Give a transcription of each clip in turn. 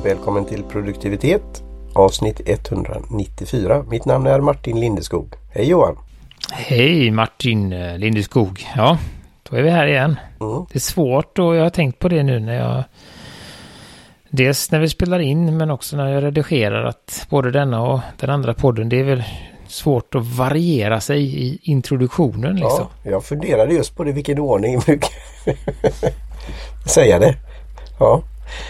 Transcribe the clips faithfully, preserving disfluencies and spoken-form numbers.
välkommen till Produktivitet, avsnitt etthundranittiofyra. Mitt namn är Martin Lindeskog. Hej Johan! Hej Martin Lindeskog. Ja, då är vi här igen. Mm. Det är svårt och jag har tänkt på det nu när jag... Dels när vi spelar in men också när jag redigerar att både denna och den andra podden, det är väl svårt att variera sig i introduktionen liksom. Ja, jag funderade just på det, vilken ordning brukar säga det. Ja.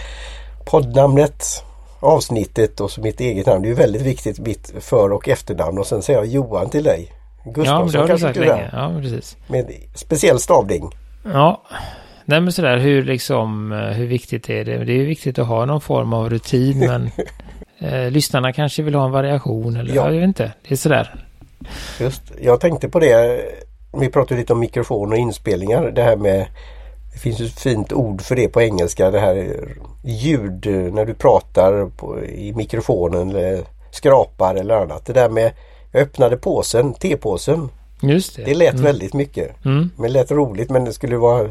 Poddnamnet, avsnittet och så mitt eget namn. Det är ju väldigt viktigt, mitt för- och efternamn. Och sen säger jag Johan till dig. Gustafsson, ja, det har kanske du sagt du länge. där. Ja, precis. Med speciell stavning. Ja, nej men sådär, hur liksom, hur viktigt är det? Det är ju viktigt att ha någon form av rutin, men eh, lyssnarna kanske vill ha en variation eller, ja. Jag vet inte, det är sådär. Just, jag tänkte på det, vi pratade lite om mikrofon och inspelningar, det här med, det finns ju ett fint ord för det på engelska, det här ljud när du pratar på, i mikrofonen eller skrapar eller annat. Det där med, jag öppnade påsen, tepåsen. Just det. Det lät mm. väldigt mycket. Mm. Men det lät roligt, men det skulle vara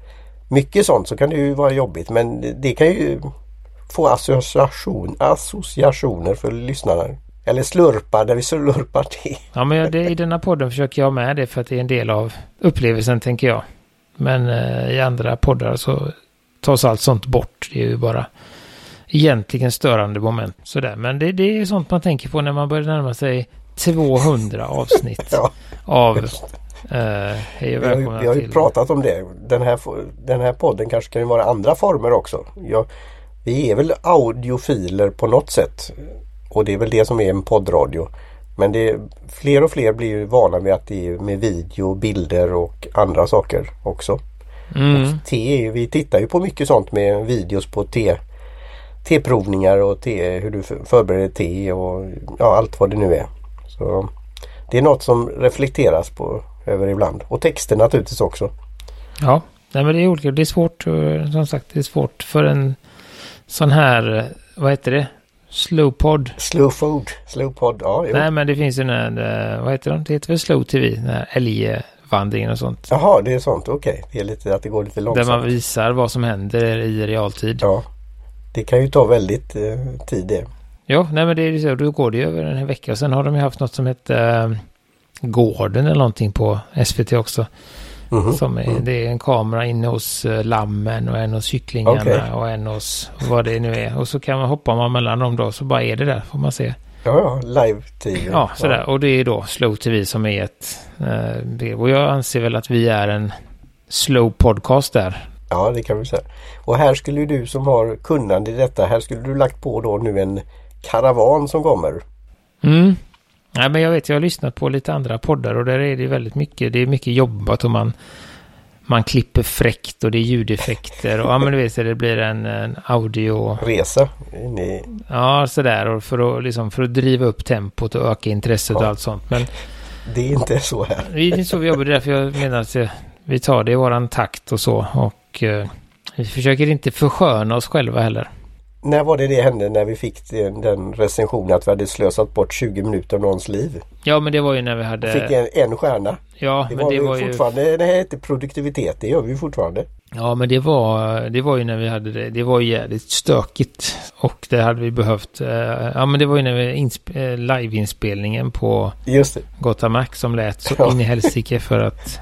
mycket sånt så kan det ju vara jobbigt. Men det kan ju få association, associationer för lyssnarna. Eller slurpar, där vi slurpar te. Ja, men jag, det, i denna podden försöker jag med det för att det är en del av upplevelsen, tänker jag. Men eh, i andra poddar så tas allt sånt bort. Det är ju bara egentligen störande moment. Sådär. Men det, det är sånt man tänker på när man börjar närma sig tvåhundra avsnitt ja. av uh, hej och välkomna till. Vi har ju pratat om det. Den här, den här podden kanske kan ju vara andra former också. Jag, vi är väl audiofiler på något sätt. Och det är väl det som är en poddradio. Men det är, fler och fler blir ju vana vid att det är med video, bilder och andra saker också. Mm. Och te, vi tittar ju på mycket sånt med videos på te. Teprovningar och te, hur du förbereder te och ja, allt vad det nu är. Så det är något som reflekteras på över ibland. Och texter naturligtvis också. Ja, nej men det är olika. Det är svårt, som sagt, det är svårt för en sån här, vad heter det? Slow pod. Slow food. Slow pod, ja. Jo. Nej, men det finns ju en, vad heter det? Det heter väl Slow T V, den här älgvandringen och sånt. Jaha, det är sånt, okej. Okay. Det är lite att det går lite långsamt. Där man visar vad som händer i realtid. Ja, det kan ju ta väldigt eh, tid det. Ja, nej men det är ju så, då går det ju över en vecka. Och sen har de ju haft något som heter äh, Gården eller någonting på S V T också. Mm-hmm. Som är, mm. Det är en kamera inne hos äh, lammen och en hos kycklingarna okay. och en hos vad det nu är. Och så kan man hoppa man mellan dem då, så bara är det där, får man se. Ja, ja, live-T V. Ja, sådär. Ja. Och det är då Slow T V som är ett... Äh, och jag anser väl att vi är en slow podcast där. Ja, det kan vi säga. Och här skulle du som har kunnande i detta, här skulle du lagt på då nu en karavan som kommer. Mm. Ja, men jag vet, jag har lyssnat på lite andra poddar och där är det väldigt mycket, det är mycket jobbat och man, man klipper fräckt och det är ljudeffekter och ja, men du vet, det blir en, en audio... Resa. In i... Ja, sådär, och för att, liksom, för att driva upp tempot och öka intresset ja. och allt sånt. Men det är inte så här. Det är inte så vi jobbar, därför jag menar att vi tar det i våran takt och så och eh, vi försöker inte försköna oss själva heller. När var det det hände när vi fick den, den recensionen att vi hade slösat bort tjugo minuter av någons liv? Ja, men det var ju när vi hade... Fick en, en stjärna. Ja, det men var det vi var fortfarande, ju... Det här heter produktivitet, det gör vi fortfarande. Ja, men det var, det var ju när vi hade det. Det var ju jävligt stökigt och det hade vi behövt. Ja, men det var ju när vi insp- liveinspelningen på Gotham Max som lät så ja. in i helsike för att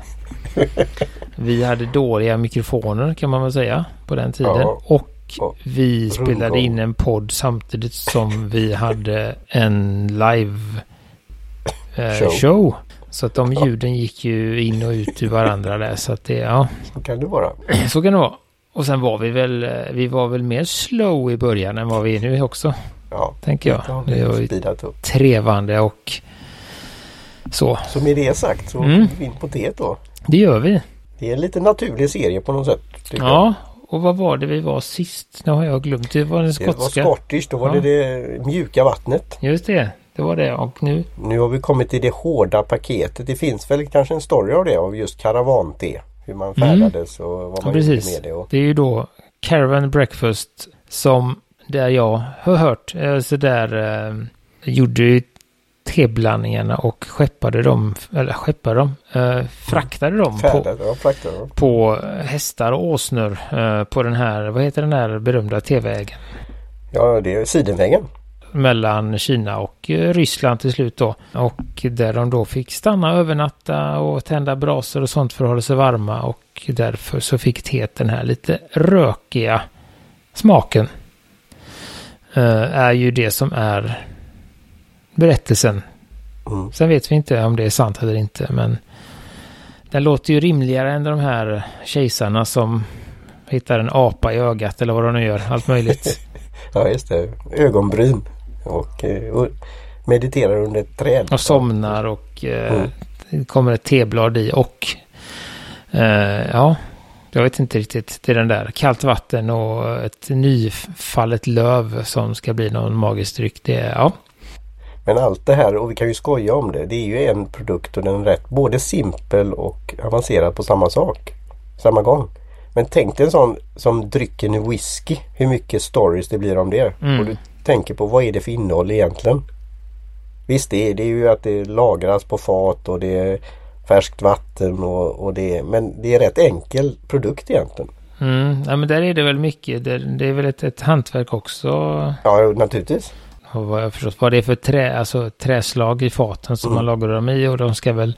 vi hade dåliga mikrofoner kan man väl säga på den tiden. Ja. Och vi spelade in en podd samtidigt som vi hade en live eh, show. show. Så att de ljuden gick ju in och ut ur varandra där. Så att det, ja. Så kan det vara. Så kan det vara. Och sen var vi väl, vi var väl mer slow i början än vad vi är nu också. Ja. Tänker jag. Det var ju trevande och så. Så med det sagt så mm. vi in på det då. Det gör vi. Det är en lite naturlig serie på något sätt. Ja. Jag. Och vad var det vi var sist? Nu har jag glömt. Det var den skotska. Det var Scottish, då var ja. det det mjuka vattnet. Just det, det var det. Och nu? Nu har vi kommit till det hårda paketet. Det finns väl kanske en story av det, av just karavante. Hur man färdades mm. och vad man ja, gjorde med det. Och... Det är ju då Caravan Breakfast som där jag har hört. Så där eh, gjorde ju teblandningarna och skeppade dem, eller skeppade dem, eh, fraktade dem Färdet, på, ja, fraktade dem. på hästar och åsnor eh, på den här, vad heter den här berömda tv-vägen? Ja, det är Sidenvägen. Mellan Kina och Ryssland till slut då. Och där de då fick stanna, övernatta och tända brasor och sånt för att hålla sig varma. Och därför så fick teet den här lite rökiga smaken. Uh, är ju det som är berättelsen. Mm. Sen vet vi inte om det är sant eller inte, men den låter ju rimligare än de här kejsarna som hittar en apa i ögat eller vad de nu gör. Allt möjligt. Ja, just det. Ögonbryn. Och, och mediterar under ett träd. Och somnar och eh, mm. kommer ett teblad i och eh, ja, jag vet inte riktigt. Det är den där kallt vatten och ett nyfallet löv som ska bli någon magisk dryck. Det är, ja. Men allt det här, och vi kan ju skoja om det, det är ju en produkt och den är rätt både simpel och avancerad på samma sak. Samma gång. Men tänk dig en sån som drycken i whisky. Hur mycket stories det blir om det. Mm. Och du tänker på vad är det för innehåll egentligen. Visst, det är, det är ju att det lagras på fat och det är färskt vatten och, och det är, men det är rätt enkel produkt egentligen. Mm. Ja, men där är det väl mycket. Det, det är väl ett, ett hantverk också. Ja, naturligtvis. Och vad jag förstått, vad det är för trä, alltså träslag i faten som mm. man lagar dem i, och de ska väl,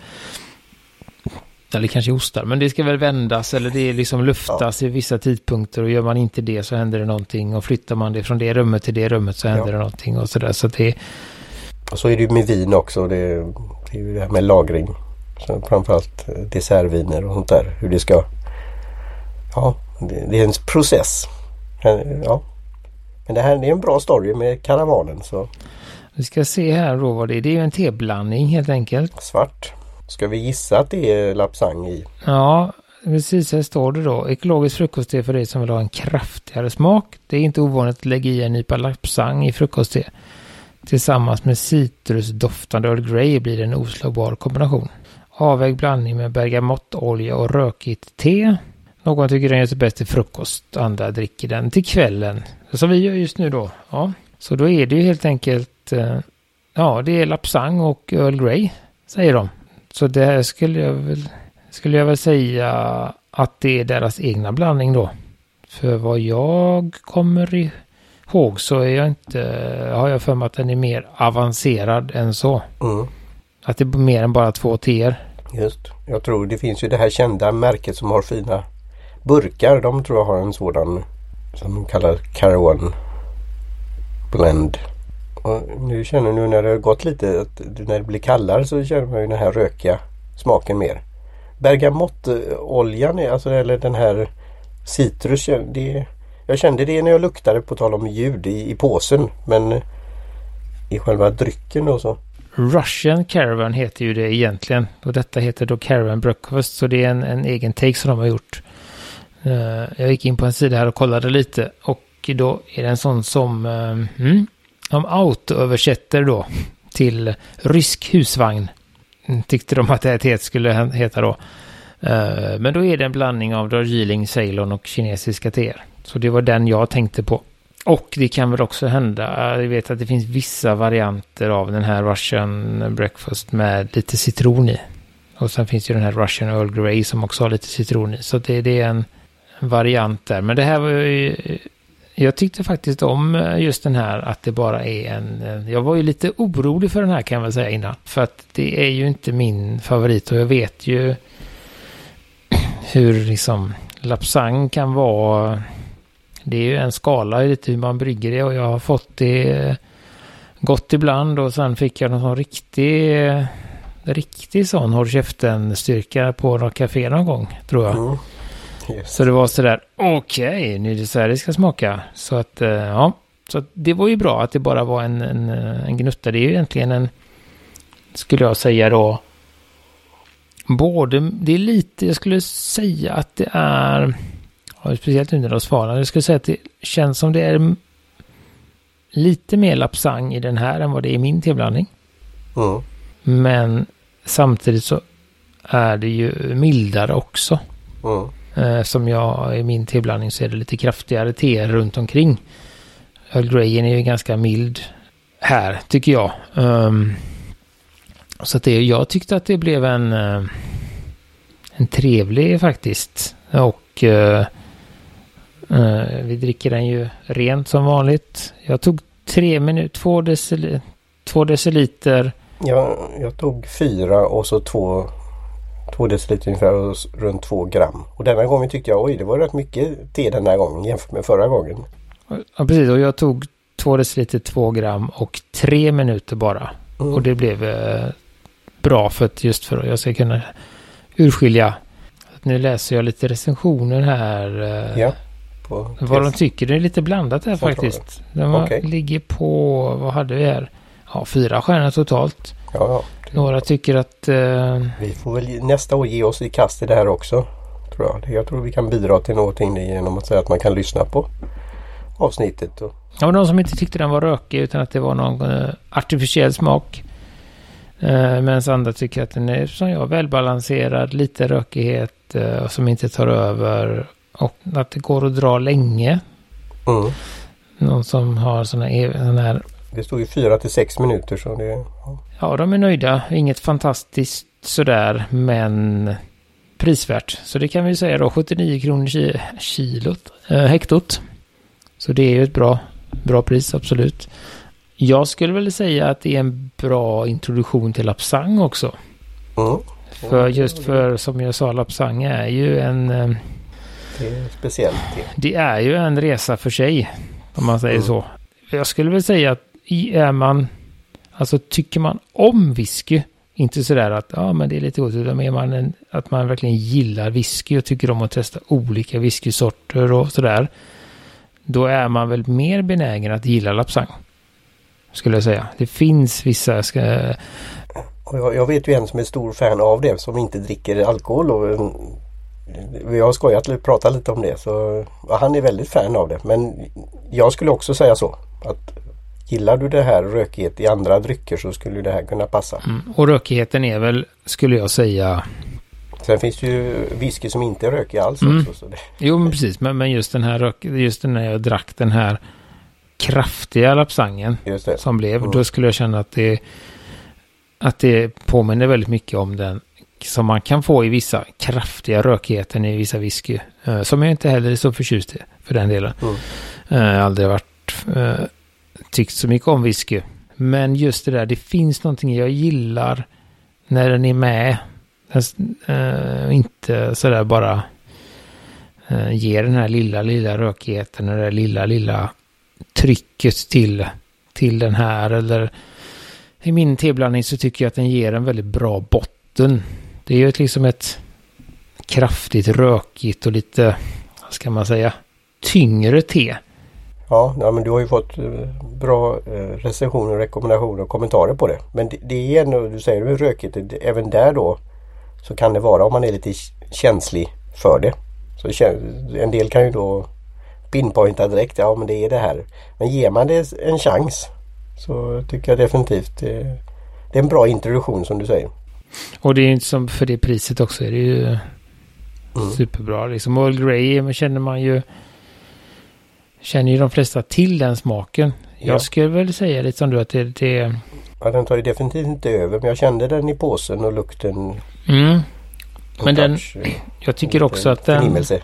eller kanske ostar, men det ska väl vändas eller det är liksom luftas ja. I vissa tidpunkter, och gör man inte det så händer det någonting, och flyttar man det från det rummet till det rummet så händer ja. Det någonting och sådär. Så det... Och så är det ju med vin också, det, det är ju det här med lagring. Så framförallt dessertviner och sånt där, hur det ska, ja, det, det är en process. Ja. Men det här är en bra story med karavanen. Så. Vi ska se här då vad det är. Det är ju en teblandning helt enkelt. Svart. Ska vi gissa att det är lapsang i? Ja, precis. Här står det då. Ekologisk frukostte för dig som vill ha en kraftigare smak. Det är inte ovanligt att lägga i en nypa lapsang i frukostte. Tillsammans med citrusdoftande Earl Grey blir det en oslagbar kombination. Avväg blandning med bergamottolja och rökigt te. Någon tycker den gör sig bäst till frukost. Andra dricker den till kvällen. Som vi gör just nu då. Ja. Så då är det ju helt enkelt, ja, det är lapsang och Earl Grey, säger de. Så det här skulle jag väl, skulle jag väl säga att det är deras egna blandning då. För vad jag kommer ihåg så är jag inte, har jag för mig att den är mer avancerad än så. Mm. Att det är mer än bara två teer. Just, jag tror det finns ju det här kända märket som har fina burkar. De tror jag har en sådan som de kallar Caravan Blend. Och nu känner nu när det har gått lite att när det blir kallare så känner man ju den här rökiga smaken mer. Bergamottoljan, alltså eller den här citrus, det, jag kände det när jag luktade, på tal om ljud, i, i påsen, men i själva drycken då så. Russian Caravan heter ju det egentligen, och detta heter då Caravan Breakfast, så det är en, en egen take som de har gjort. Uh, jag gick in på en sida här och kollade lite, och då är det en sån som uh, mm, de autoöversätter då till rysk husvagn, tyckte de att det här teet skulle heta då. Uh, men då är det en blandning av Darjeeling, Ceylon och kinesiska teer. Så det var den jag tänkte på. Och det kan väl också hända, jag vet att det finns vissa varianter av den här Russian Breakfast med lite citron i. Och sen finns ju den här Russian Earl Grey som också har lite citron i. Så det, det är en variant där. Men det här var ju, jag tyckte faktiskt om just den här, att det bara är en, jag var ju lite orolig för den här kan jag väl säga innan. För att det är ju inte min favorit, och jag vet ju hur liksom lapsang kan vara. Det är ju en skala i lite hur man brygger det, och jag har fått det gott ibland, och sen fick jag någon sån riktig riktig sån håll käften styrka på något café någon gång, tror jag. Mm. Yes. Så det var sådär, okej, okay, nu är det så här det ska smaka. Så att, ja, så att det var ju bra att det bara var en, en, en gnutta. Det är ju egentligen en, skulle jag säga då, både, det är lite, jag skulle säga att det är, ja, speciellt under de svarar, jag skulle säga att det känns som det är lite mer lapsang i den här än vad det är i min teblandning. Mm. Men samtidigt så är det ju mildare också. Mm. Eh, som jag i min teblandning så är det lite kraftigare te runt omkring. Earl Greyen är ju ganska mild här, tycker jag. Um, så att det, jag tyckte att det blev en uh, en trevlig faktiskt. Och uh, Uh, vi dricker den ju rent som vanligt. Jag tog tre minuter, två, decil, två deciliter. Ja, jag tog fyra och så två, två deciliter ungefär och runt två gram. Och denna gången tyckte jag, oj, det var rätt mycket te den här gången jämfört med förra gången. Ja, precis. Och jag tog två deciliter, två gram och tre minuter bara. Mm. Och det blev eh, bra för att just för att jag ska kunna urskilja. Nu läser jag lite recensioner här. Eh, ja. Vad de tycker. Det är lite blandat här faktiskt. De okay. ligger på, vad hade vi här? Ja, fyra stjärnor totalt. Ja, ja. Några tycker att... Eh... Vi får väl nästa år ge oss i kast i det här också. Tror jag. jag tror vi kan bidra till någonting genom att säga att man kan lyssna på avsnittet. Och... Ja, men de som inte tyckte den var rökig utan att det var någon eh, artificiell smak. Eh, medan andra tycker att den är, som jag, välbalanserad. Lite rökighet eh, som inte tar över. Och att det går att dra länge. Mm. Någon som har såna, såna här... Det står ju fyra till sex minuter. Så det, ja. ja, de är nöjda. Inget fantastiskt sådär, men prisvärt. Så det kan vi säga då, sjuttionio kronor ki- kilot, eh, hektot. Så det är ju ett bra, bra pris, absolut. Jag skulle väl säga att det är en bra introduktion till Lapsang också. Mm. För just för, som jag sa, Lapsang är ju en... Eh, det är speciellt. Det är ju en resa för sig, om man säger mm. så. Jag skulle väl säga att är man, alltså tycker man om whisky, inte sådär att ja, men det är lite gott, utan är man en, att man verkligen gillar whisky och tycker om att testa olika whiskysorter och sådär, då är man väl mer benägen att gilla Lapsang, skulle jag säga. Det finns vissa... Ska... Och jag, jag vet ju en som är stor fan av det, som inte dricker alkohol, och vi har skojat lite, pratat lite om det, så ja, han är väldigt fan av det. Men jag skulle också säga så, att gillar du det här rökighet i andra drycker så skulle det här kunna passa. Mm. Och rökigheten är väl, skulle jag säga... Sen finns det ju whisky som inte är rökig alls mm. också. Så det... Jo, men precis. Men, men just den här rök, just när jag drack den här kraftiga Lapsangen som blev, mm. då skulle jag känna att det att det påminner väldigt mycket om den som man kan få i vissa kraftiga rökigheten i vissa whisky. Uh, som jag inte heller är så förtjust i, för den delen. Mm. Uh, aldrig varit uh, tyckt så mycket om whisky. Men just det där, det finns någonting jag gillar när den är med. Uh, inte sådär bara uh, ger den här lilla, lilla rökigheten och det där lilla, lilla trycket till, till den här. Eller i min teblandning så tycker jag att den ger en väldigt bra botten. Det är ju ett, liksom ett kraftigt rökigt och lite, vad ska man säga, tyngre te. Ja, ja, men du har ju fått bra recensioner, rekommendationer och kommentarer på det. Men det, det är ändå, du säger du rökigt, även där då så kan det vara om man är lite känslig för det. Så en del kan ju då pinpointa direkt, ja men det är det här. Men ger man det en chans så tycker jag definitivt det, det är en bra introduktion som du säger. Och det är ju inte som för det priset också, är det ju mm. superbra. Liksom Earl Grey känner man ju känner ju de flesta till den smaken. Jag ja. skulle väl säga lite som du att det, det... Ja, den tar ju definitivt inte över, men jag kände den i påsen och lukten. Mm. Men den, jag tycker också att den förnimmelse.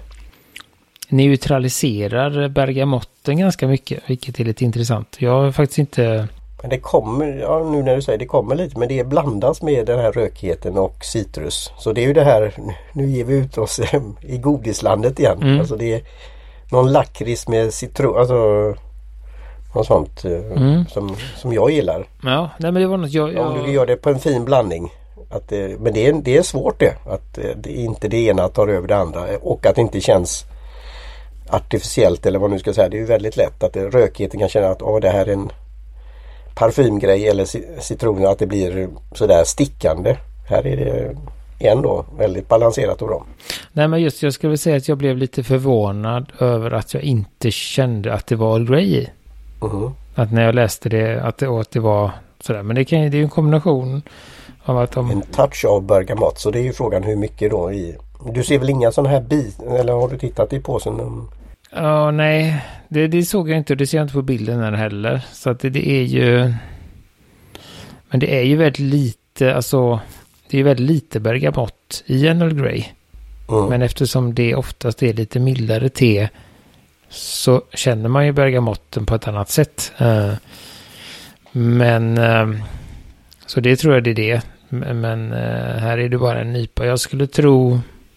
Neutraliserar bergamotten ganska mycket, vilket är lite intressant. Jag har faktiskt inte... Men det kommer, ja nu när du säger det kommer lite, men det blandas med den här rökigheten och citrus. Så det är ju det här, nu ger vi ut oss i godislandet igen. Mm. Alltså det är någon lakrits med citron, alltså något sånt mm. som, som jag gillar. Ja, nej men det var något jag... jag... Om du gör det på en fin blandning. Att det, men det är, det är svårt det, att det inte det ena tar över det andra och att det inte känns artificiellt eller vad nu ska säga. Det är ju väldigt lätt att det, rökigheten kan känna att åh, det här är en parfymgrej eller citroner, att det blir sådär stickande. Här är det ändå väldigt balanserat och bra. Nej men just jag skulle säga att jag blev lite förvånad över att jag inte kände att det var Earl Grey i. Mm-hmm. Att när jag läste det att det, att det var sådär. Men det, kan, det är ju en kombination av att de... En touch av bergamott, så det är ju frågan hur mycket då i... Du ser väl inga sådana här bitar, eller har du tittat i påsen? Ja, nej. Det, det såg jag inte och det ser jag inte på bilden här heller. Så att det, det är ju... Men det är ju väldigt lite, alltså... Det är väldigt lite bergamott i en Earl Grey. Mm. Men eftersom det oftast är lite mildare te så känner man ju bergamotten på ett annat sätt. Uh, men uh, så det tror jag det är det. Men uh, här är det bara en nypa. Jag skulle tro,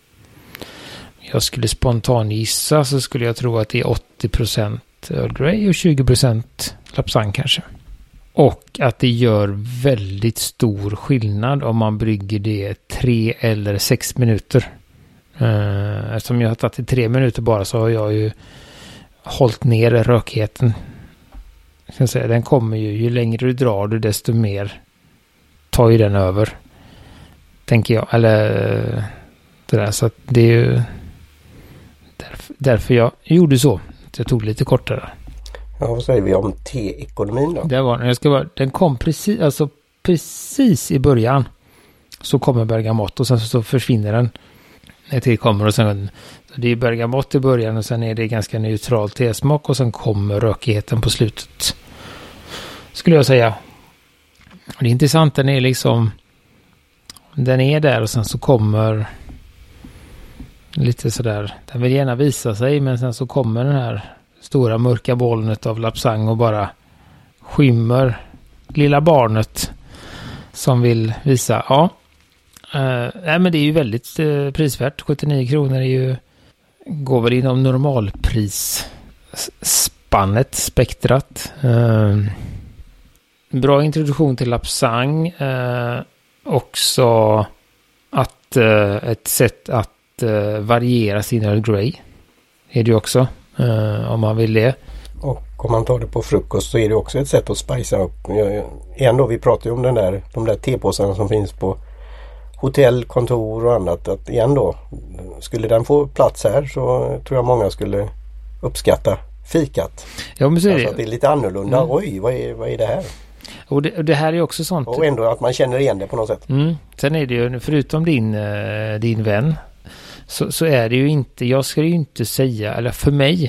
jag skulle spontan gissa, så skulle jag tro att det är åttio procent Earl Grey och tjugo procent Lapsang kanske. Och att det gör väldigt stor skillnad om man brygger det tre eller sex minuter. Uh, eftersom jag har tagit i tre minuter bara, så har jag ju hållit ner rökigheten. Jag ska säga, den kommer ju, ju längre du drar du desto mer tar ju den över. Tänker jag. Eller det där, så att det är ju därför, därför jag gjorde så. Jag tog lite kortare. Ja, vad säger vi om teekonomin då? Det var, jag ska bara, den kom precis, alltså precis i början så kommer bergamott och sen så försvinner den. När te kommer och sen det är bergamott i början och sen är det ganska neutral tesmak och sen kommer rökigheten på slutet. Skulle jag säga. Och det är intressant, den är liksom den är där och sen så kommer lite sådär, den vill gärna visa sig, men sen så kommer den här stora mörka bollet av Lapsang och bara skymmer lilla barnet som vill visa, ja. Uh, nej, men det är ju väldigt uh, prisvärt. sjuttionio kronor är ju, går väl inom normalprisspannet, spektrat. Uh, bra introduktion till Lapsang. Uh, också att uh, ett sätt att uh, variera sin Earl Grey är det ju också, uh, om man vill det. Och om man tar det på frukost så är det också ett sätt att spicea upp. Ändå, vi pratar ju om den där, de där tepåsarna som finns på hotell, kontor och annat. Att igen då, skulle den få plats här så tror jag många skulle uppskatta fikat. Ja, men så är alltså det. Att det är lite annorlunda. Mm. Oj, vad är, vad är det här? Och det, och det här är också sånt. Och ändå att man känner igen det på något sätt. Mm. Sen är det ju, förutom din, uh, din vän, så, så är det ju inte, jag ska ju inte säga, eller för mig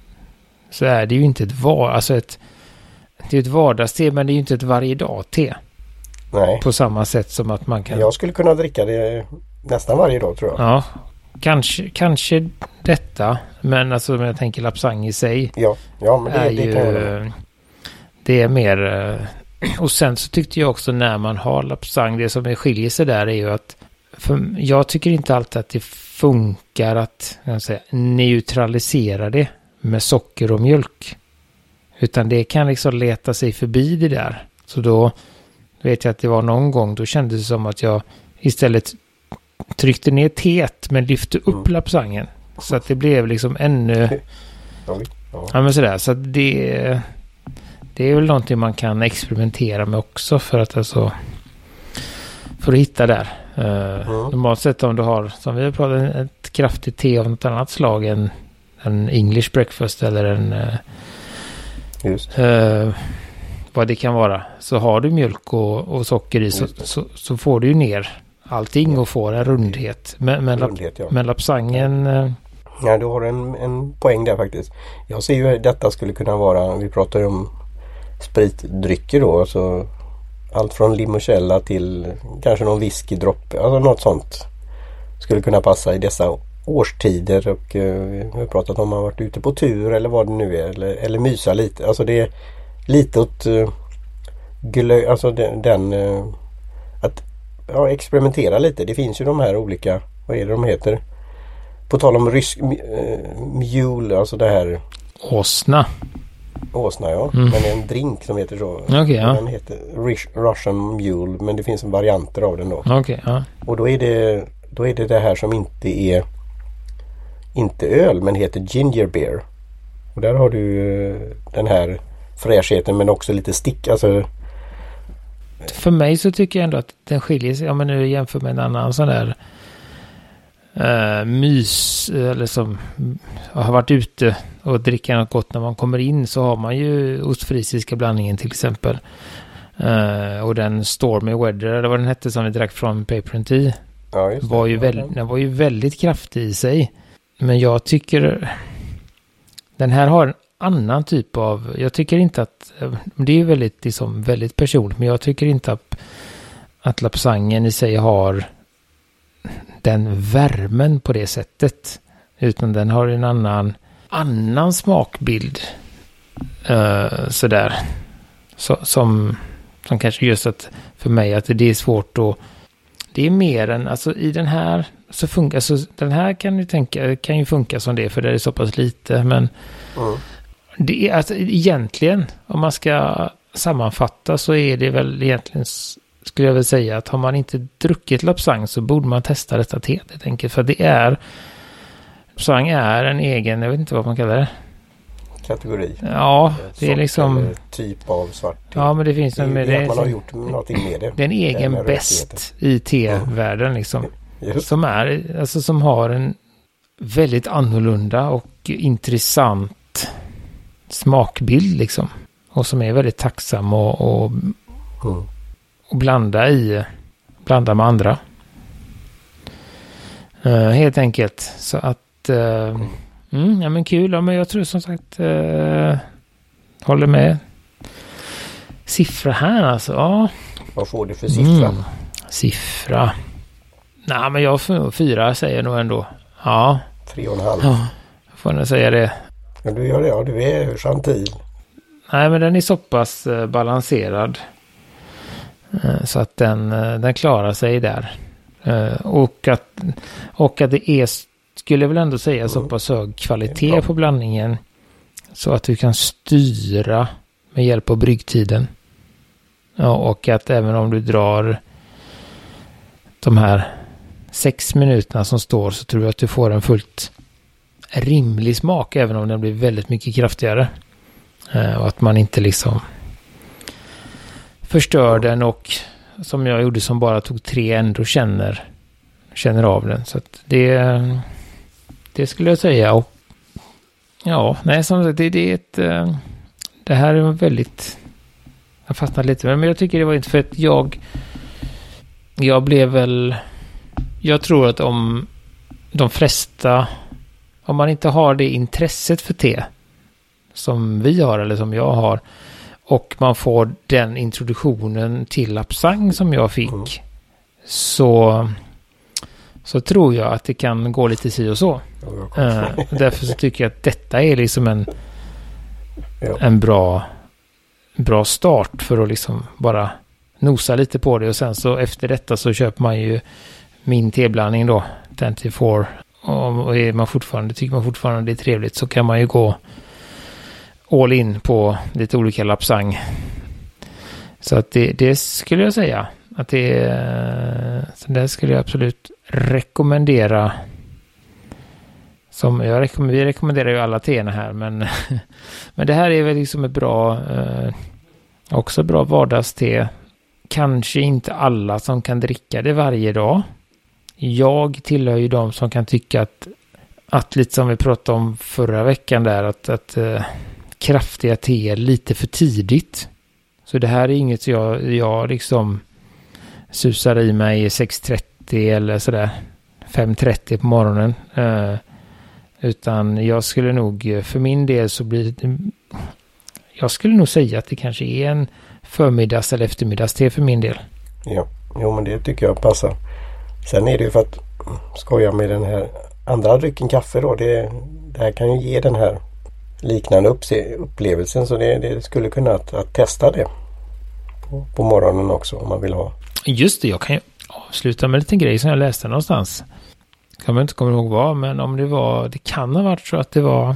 så är det ju inte ett var, alltså ett, det är ett vardagste, men det är ju inte ett varje dag te. Nej. På samma sätt som att man kan... Jag skulle kunna dricka det nästan varje dag, tror jag. Ja, kanske, kanske detta. Men alltså, om jag tänker Lapsang i sig. Ja, ja men det, är det ju, kan jag. Det är mer... Och sen så tyckte jag också när man har Lapsang, det som skiljer sig där är ju att... För jag tycker inte alltid att det funkar att jag säga, neutralisera det med socker och mjölk. Utan det kan liksom leta sig förbi det där. Så då... vet jag att det var någon gång, då kändes det som att jag istället tryckte ner teet men lyfte upp mm. Lapsangen. Så att det blev liksom ännu... Ja, ja. Ja, men sådär. Så att det, det är väl någonting man kan experimentera med också för att alltså... för att hitta där. Uh, mm. Normalt sett om du har, som vi har pratat, ett kraftigt te av något annat slag än en English breakfast eller en... Uh, Just. Uh, vad det kan vara, så har du mjölk och, och socker i så, så, så får du ju ner allting och får en rundhet. Men, men, rundhet, ja. Men Lapsangen... Ja, du har en, en poäng där faktiskt. Jag ser ju att detta skulle kunna vara, vi pratar ju om spritdrycker då, alltså allt från limoncello till kanske någon whiskydroppe, alltså något sånt skulle kunna passa i dessa årstider och uh, vi har pratat om man har varit ute på tur eller vad det nu är, eller, eller mysa lite, alltså det är lite åt uh, glö, alltså den, den uh, att ja, experimentera lite. Det finns ju de här olika, vad är det de heter? På tal om rysk uh, mule, alltså det här åsna. Åsna, ja. Mm. Men det är en drink som heter så. Okay, ja. Den heter Russian mule, men det finns en varianter av den då. Okay, ja. Och då är det då är det det här som inte är inte öl, men heter ginger beer. Och där har du uh, den här fräschheten men också lite stick, alltså. För mig så tycker jag ändå att den skiljer sig, om man nu jämför med en annan sån där uh, mys, eller som har varit ute och dricker något gott när man kommer in, så har man ju ostfrisiska blandningen till exempel. Uh, och den Stormy Weather, eller vad den hette som vi drack från Paper and Tea, ja, just det. Var ju väldigt, den var ju väldigt kraftig i sig. Men jag tycker den här har en annan typ av, jag tycker inte att, det är väldigt, liksom, väldigt personligt, men jag tycker inte att, att Lapsangen i sig har den värmen på det sättet, utan den har en annan, annan smakbild. Uh, sådär. Så, som, som kanske just att för mig att det är svårt att... Det är mer än... Alltså i den här så funkar... Alltså, den här kan ju, tänka, kan ju funka som det för det är så pass lite. Men mm. det är alltså egentligen om man ska sammanfatta så är det väl egentligen... Skulle jag väl säga att har man inte druckit Lapsang så borde man testa detta te helt enkelt. För det är... Lapsang är en egen... Jag vet inte vad man kallar det. Kategori. Ja, det är liksom... typ av svart te. Ja, men det finns... Det är med det det, man har gjort någonting med det. Det är en egen bäst i te-världen liksom. Just. Som är... Alltså som har en väldigt annorlunda och intressant smakbild liksom. Och som är väldigt tacksam och... och mm. och blanda i blanda med andra. Uh, helt enkelt. Så att uh, mm. Mm, ja men kul. Ja, men jag tror som sagt uh, håller med. Siffra här alltså. Ja. Vad får du för siffra? Mm, siffra. Nej men jag får fyra säger nog ändå. Ja. Tre och en halv. Ja. Får jag säga det. Men du gör det. Ja, du är gentil. Nej men den är så pass uh, balanserad. Så att den, den klarar sig där. Och att, och att det är, skulle jag väl ändå säga, så pass hög kvalitet på blandningen. Så att du kan styra med hjälp av bryggtiden. Ja, och att även om du drar de här sex minuterna som står så tror jag att du får en fullt rimlig smak. Även om den blir väldigt mycket kraftigare. Och att man inte liksom... förstör den och som jag gjorde som bara tog tre ändå känner känner av den. Så att det det skulle jag säga. Och ja, nej som sagt, det, det är ett det här är väldigt jag fastnade lite men jag tycker det var inte för att jag jag blev väl jag tror att om de flesta om man inte har det intresset för te som vi har eller som jag har och man får den introduktionen till Lapsang som jag fick mm. så så tror jag att det kan gå lite si och så. Uh, därför så tycker jag att detta är liksom en ja. en bra bra start för att liksom bara nosa lite på det och sen så efter detta så köper man ju min teblandning då femtiofyra och är man fortfarande tycker man fortfarande det är trevligt så kan man ju gå all in på lite olika Lapsang. Så att det, det skulle jag säga. Att det, så det skulle jag absolut rekommendera. Som jag rekommenderar, vi rekommenderar ju alla teerna här. Men, men det här är väl liksom ett bra, eh, också bra vardagste. Kanske inte alla som kan dricka det varje dag. Jag tillhör ju de som kan tycka att, att lite som vi pratade om förra veckan där. Att, att eh, kraftiga te lite för tidigt. Så det här är inget jag, jag liksom susar i mig sex trettio eller sådär fem trettio på morgonen. Uh, utan jag skulle nog, för min del så blir det, jag skulle nog säga att det kanske är en förmiddags- eller eftermiddagste för min del. Ja, jo men det tycker jag passar. Sen är det ju för att skoja med den här andra drycken kaffe då. Det, det här kan ju ge den här liknande uppse- upplevelsen så det, det skulle kunna att, att testa det på, på morgonen också om man vill ha. Just det, jag kan ju avsluta med en liten grej som jag läste någonstans. Kan man inte komma ihåg vad, men om det var, det kan ha varit så att det var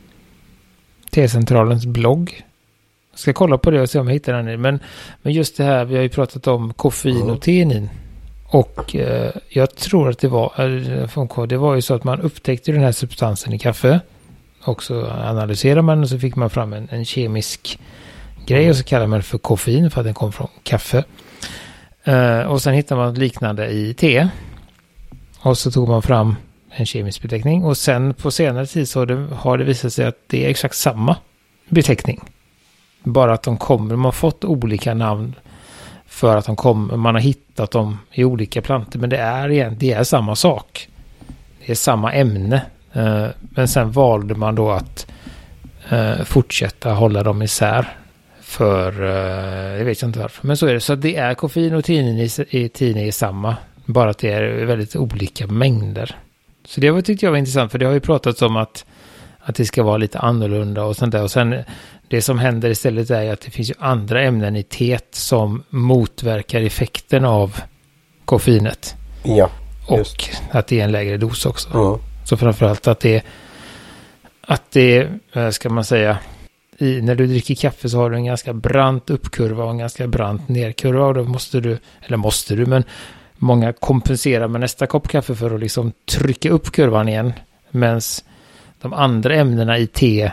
T-centralens blogg. Jag ska kolla på det och se om jag hittar den. Men, men just det här, vi har ju pratat om koffein mm. och teinin. Och eh, jag tror att det var, det var ju så att man upptäckte den här substansen i kaffe. Och så analyserade man och så fick man fram en, en kemisk grej och så kallar man det för koffein för att den kom från kaffe. Uh, och sen hittar man liknande i te. Och så tog man fram en kemisk beteckning. Och sen på senare tid så har det, har det visat sig att det är exakt samma beteckning. Bara att de kommer, man har fått olika namn för att de kommer, man har hittat dem i olika plantor. Men det är, igen, det är samma sak. Det är samma ämne. Uh, men sen valde man då att uh, fortsätta hålla dem isär. För, uh, jag vet inte varför. Men så är det. Så det är koffein och teinin i, i, teinin i samma. Bara att det är väldigt olika mängder. Så det var, tyckte jag var intressant. För det har ju pratats om att, att det ska vara lite annorlunda och sånt där. Och sen det som händer istället är att det finns ju andra ämnen i teet som motverkar effekten av koffeinet. Ja, just. Och att det är en lägre dos också. Mm. Så framförallt att det att det, ska man säga, i, när du dricker kaffe så har du en ganska brant uppkurva och en ganska brant nerkurva, och då måste du, eller måste du, men många kompenserar med nästa kopp kaffe för att liksom trycka upp kurvan igen, medan de andra ämnena i te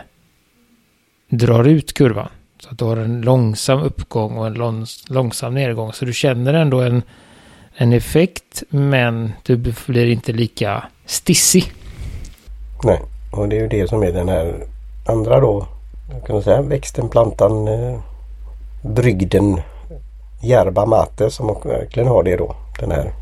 drar ut kurvan. Så att du har en långsam uppgång och en långs, långsam nedgång. Så du känner ändå en, en effekt, men du blir inte lika stissig. Nej, och det är ju det som är den här andra då, jag kan säga, växten, plantan, eh, brygden, yerba mate, som verkligen har det då. Den här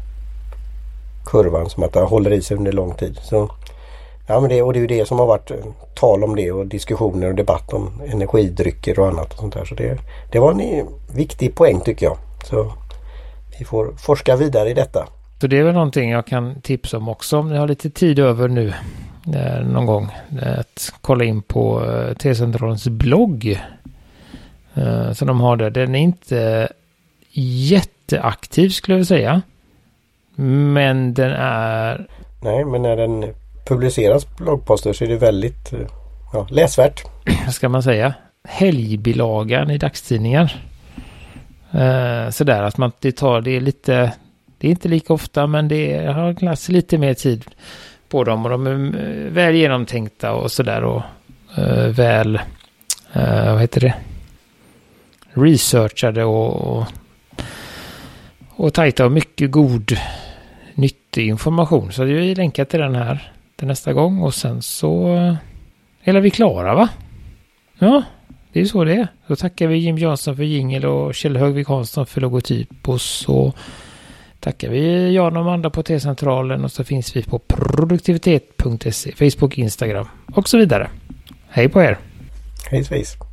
kurvan som att det håller i sig under lång tid. Så ja, men det, och det är ju det som har varit tal om det och diskussioner och debatt om energidrycker och annat och sånt där. Så det, det var en viktig poäng tycker jag. Så vi får forska vidare i detta. Så det är väl någonting jag kan tipsa om också om ni har lite tid över nu eh, någon gång. Att kolla in på eh, Tecentralens blogg. Eh, så de har det. Den är inte jätteaktiv skulle jag säga. Men den är... Nej, men när den publiceras bloggposter så är det väldigt ja, läsvärt. Vad ska man säga? Helgbilagan i dagstidningar. Eh, sådär att man det tar det är lite... Det är inte lika ofta, men det har klass lite mer tid på dem. Och de är väl genomtänkta och sådär. Och uh, väl, uh, vad heter det? Researchade och, och, och tajta och mycket god, nyttig information. Så vi länkar till den här till nästa gång. Och sen så är vi klara, va? Ja, det är så det är. Så tackar vi Jim Jansson för jingle och Kjell Högvik Hansson för logotyp. Och så tackar vi Jan och Amanda på T-centralen, och så finns vi på produktivitet punkt se, Facebook, Instagram och så vidare. Hej på er! Hej svejs!